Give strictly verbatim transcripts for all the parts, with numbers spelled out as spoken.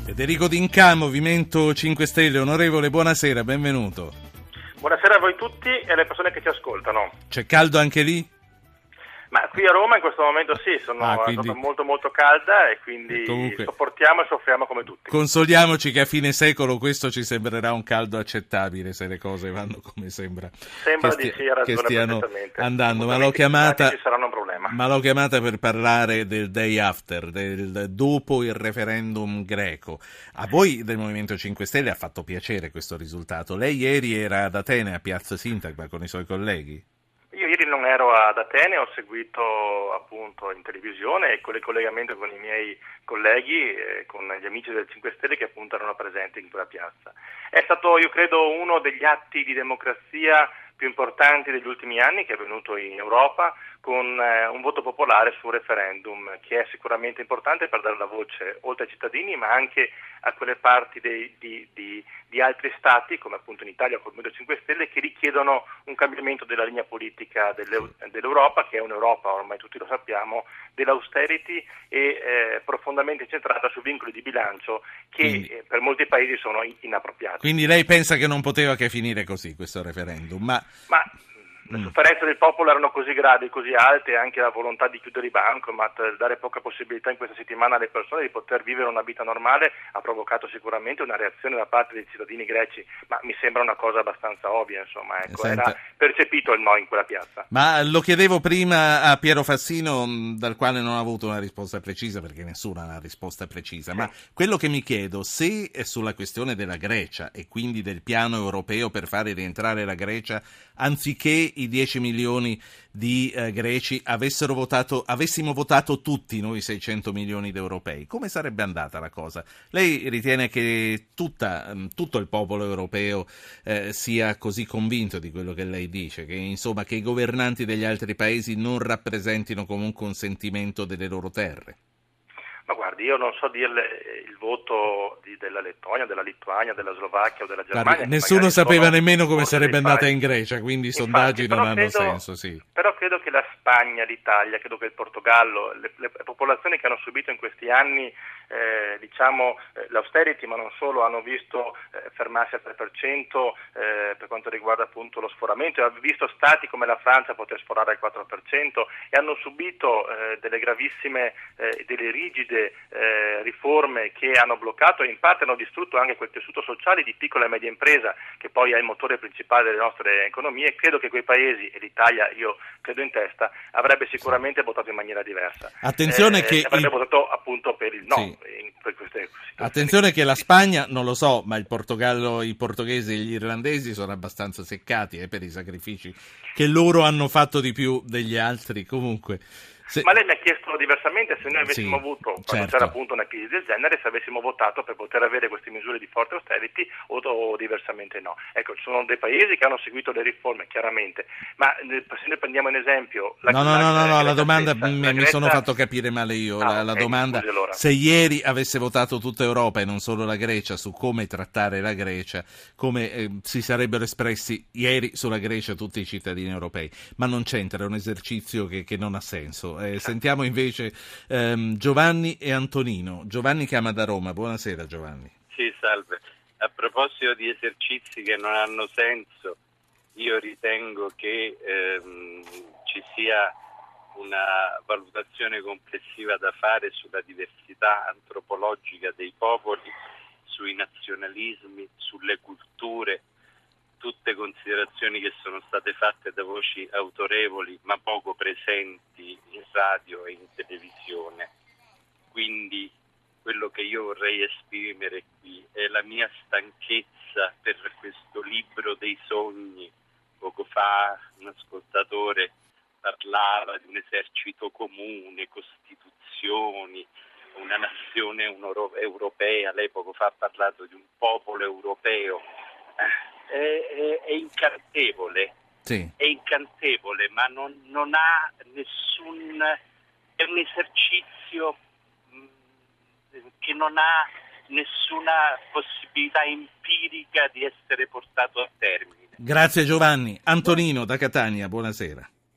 Federico D'Inca, Movimento cinque Stelle. Onorevole, buonasera, benvenuto. Buonasera a voi tutti e alle persone che ci ascoltano. C'è caldo anche lì? Ma qui a Roma in questo momento sì, sono ah, quindi... è molto molto calda e quindi comunque... sopportiamo e soffriamo come tutti. Consoliamoci che a fine secolo questo ci sembrerà un caldo accettabile se le cose vanno come sembra. Sembra che, di sì, ha ragione, che stiano perfettamente. andando, ma l'ho chiamata, ci saranno un problema. ma l'ho chiamata per parlare del day after, del dopo il referendum greco. A voi del Movimento cinque Stelle ha fatto piacere questo risultato. Lei ieri era ad Atene a Piazza Sintagma con i suoi colleghi? Io ieri non ero ad Atene, ho seguito appunto in televisione e con il collegamento con i miei colleghi, eh, con gli amici del cinque Stelle che appunto erano presenti in quella piazza. È stato, io credo, uno degli atti di democrazia più importanti degli ultimi anni che è avvenuto in Europa, con eh, un voto popolare sul referendum, che è sicuramente importante per dare la voce oltre ai cittadini, ma anche a quelle parti dei, di, di, di altri stati, come appunto in Italia col Movimento cinque Stelle, che richiedono un cambiamento della linea politica dell'E- dell'Europa, che è un'Europa, ormai tutti lo sappiamo, dell'austerity e eh, profondamente centrata su vincoli di bilancio che quindi, eh, per molti paesi sono inappropriati. Quindi lei pensa che non poteva che finire così questo referendum? Ma, ma le mm. sofferenze del popolo erano così gravi, così alte, anche la volontà di chiudere i bancomat, dare poca possibilità in questa settimana alle persone di poter vivere una vita normale, ha provocato sicuramente una reazione da parte dei cittadini greci, ma mi sembra una cosa abbastanza ovvia, insomma, ecco, era percepito il no in quella piazza. Ma lo chiedevo prima a Piero Fassino, dal quale non ho avuto una risposta precisa, perché nessuno ha una risposta precisa, sì. Ma quello che mi chiedo, se è sulla questione della Grecia e quindi del piano europeo per fare rientrare la Grecia, anziché i dieci milioni di eh, greci avessero votato, avessimo votato tutti noi seicento milioni di europei, come sarebbe andata la cosa? Lei ritiene che tutta, tutto il popolo europeo eh, sia così convinto di quello che lei dice, che insomma che i governanti degli altri paesi non rappresentino comunque un sentimento delle loro terre? Ma guardi, io non so dirle il voto di, della Lettonia, della Lituania, della Slovacchia o della Germania. Guardi, nessuno sapeva nemmeno come sarebbe andata in Grecia, quindi i Infatti, sondaggi non hanno credo, senso. Sì. Però credo che la Spagna, l'Italia, credo che il Portogallo, le, le popolazioni che hanno subito in questi anni eh, diciamo eh, l'austerity, ma non solo, hanno visto eh, fermarsi al tre per cento eh, per quanto riguarda appunto lo sforamento, e hanno visto stati come la Francia poter sforare al quattro per cento e hanno subito eh, delle gravissime, eh, delle rigide Eh, riforme che hanno bloccato e in parte hanno distrutto anche quel tessuto sociale di piccola e media impresa che poi è il motore principale delle nostre economie. Credo che quei paesi, e l'Italia io credo in testa, avrebbe sicuramente votato in maniera diversa. Attenzione eh, che avrebbe il... votato appunto per il no. Sì. In, per queste Attenzione che la Spagna, non lo so, ma il Portogallo, i portoghesi e gli irlandesi sono abbastanza seccati eh, per i sacrifici che loro hanno fatto di più degli altri. Comunque. Se... Ma lei mi ha chiesto diversamente se noi avessimo sì, avuto, quando certo. c'era appunto una crisi del genere, se avessimo votato per poter avere queste misure di forte austerity o, o diversamente no. Ecco, ci sono dei paesi che hanno seguito le riforme, chiaramente, ma se noi prendiamo un esempio... La, no, no, la, no, no, la, no, la la domanda, stessa, mi, la mi Grecia... sono fatto capire male io, ah, la, okay, la domanda, scusi, allora. Se ieri avesse votato tutta Europa e non solo la Grecia su come trattare la Grecia, come eh, si sarebbero espressi ieri sulla Grecia tutti i cittadini europei, ma non c'entra, è un esercizio che, che non ha senso. Eh, sentiamo invece Invece ehm, Giovanni e Antonino. Giovanni chiama da Roma. Buonasera Giovanni. Sì, salve. A proposito di esercizi che non hanno senso, io ritengo che ehm, ci sia una valutazione complessiva da fare sulla diversità antropologica dei popoli, sui nazionalismi, sulle culture, tutte considerazioni che sono state fatte da voci autorevoli ma poco presenti in radio e in televisione. Quindi quello che io vorrei esprimere qui è la mia stanchezza per questo libro dei sogni. Poco fa un ascoltatore parlava di un esercito comune, costituzioni, una nazione europea, lei poco fa ha parlato di un popolo europeo. È, è, è incantevole, sì. È incantevole, ma non, non ha nessun, è un esercizio mh, che non ha nessuna possibilità empirica di essere portato a termine. Grazie Giovanni. Antonino da Catania, buonasera.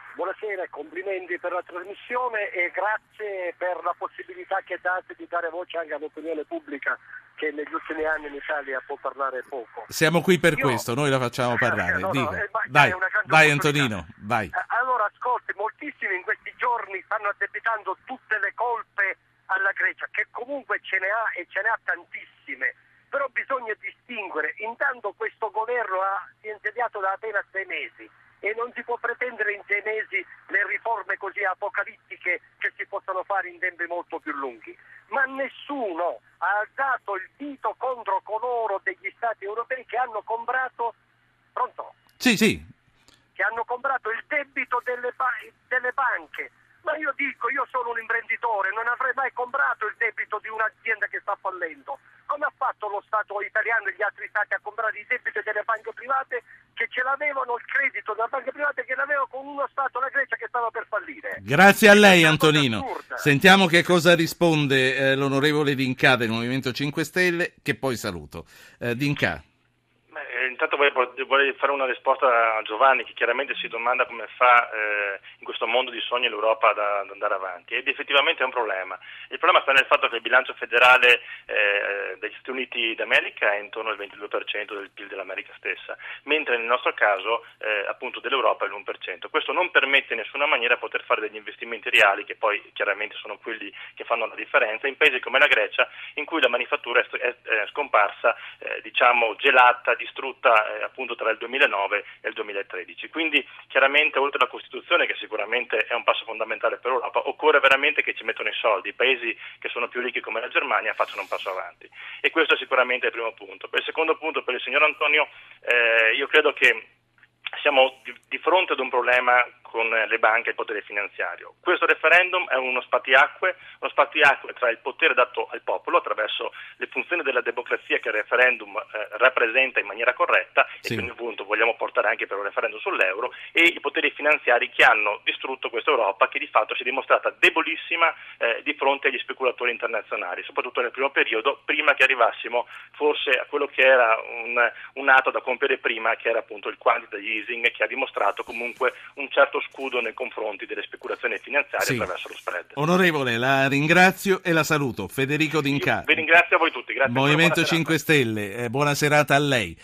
Buonasera, complimenti per la trasmissione e grazie per la possibilità che date di dare voce anche all'opinione pubblica che negli ultimi anni in Italia può parlare poco. Siamo qui per Io... questo, noi la facciamo parlare. no, no, eh, ma, Dai, vai Antonino, Antonino, vai. Eh, allora, ascolti, moltissimi in questi giorni stanno addebitando tutte le colpe alla Grecia, che comunque ce ne ha e ce ne ha tantissime, però bisogna distinguere. Intanto questo governo ha, si è insediato da appena sei mesi e non si può pretendere in sei mesi le riforme così apocalittiche che si possono fare in tempi molto più lunghi. Ma nessuno ha alzato il dito contro coloro degli Stati europei che hanno comprato, pronto? Sì, sì. Che hanno comprato il debito delle, ba- delle banche. Ma io dico, io sono un imprenditore, non avrei mai comprato il debito di un'azienda che sta fallendo. Come ha fatto lo Stato italiano e gli altri Stati a comprare i debiti delle banche private che ce l'avevano, il credito della banca privata che l'aveva con uno Stato, la Grecia, che stava per fallire? Grazie a lei Antonino. Sentiamo che cosa risponde eh, l'onorevole D'Incà del Movimento cinque Stelle, che poi saluto. Eh, D'Incà. Intanto vorrei fare una risposta a Giovanni, che chiaramente si domanda come fa eh, in questo mondo di sogni l'Europa ad andare avanti, ed effettivamente è un problema. Il problema sta nel fatto che il bilancio federale eh, degli Stati Uniti d'America è intorno al ventidue per cento del P I L dell'America stessa, mentre nel nostro caso eh, appunto dell'Europa è l'uno per cento. Questo non permette in nessuna maniera di poter fare degli investimenti reali, che poi chiaramente sono quelli che fanno la differenza, in paesi come la Grecia, in cui la manifattura è, è, è scomparsa, eh, diciamo gelata, distrutta eh, appunto tra il duemilanove e il duemilatredici. Quindi chiaramente, oltre alla Costituzione, che sicuramente è un passo fondamentale per l'Europa, occorre veramente che ci mettano i soldi. I paesi che sono più ricchi come la Germania facciano un passo avanti, e questo è sicuramente il primo punto. Per il secondo punto, per il signor Antonio, eh, io credo che siamo di, di fronte ad un problema con le banche e il potere finanziario. Questo referendum è uno spartiacque, uno spartiacque tra il potere dato al popolo attraverso le funzioni della democrazia che il referendum eh, rappresenta in maniera corretta, sì. E quindi appunto vogliamo portare anche per un referendum sull'euro, e i poteri finanziari che hanno distrutto questa Europa, che di fatto si è dimostrata debolissima eh, di fronte agli speculatori internazionali, soprattutto nel primo periodo, prima che arrivassimo forse a quello che era un, un atto da compiere prima, che era appunto il quantitative easing, che ha dimostrato comunque un certo scudo nei confronti delle speculazioni finanziarie, sì, attraverso lo spread. Onorevole, la ringrazio e la saluto. Federico D'Incà. Vi ringrazio a voi tutti. Grazie. Movimento cinque Stelle, eh, buona serata a lei.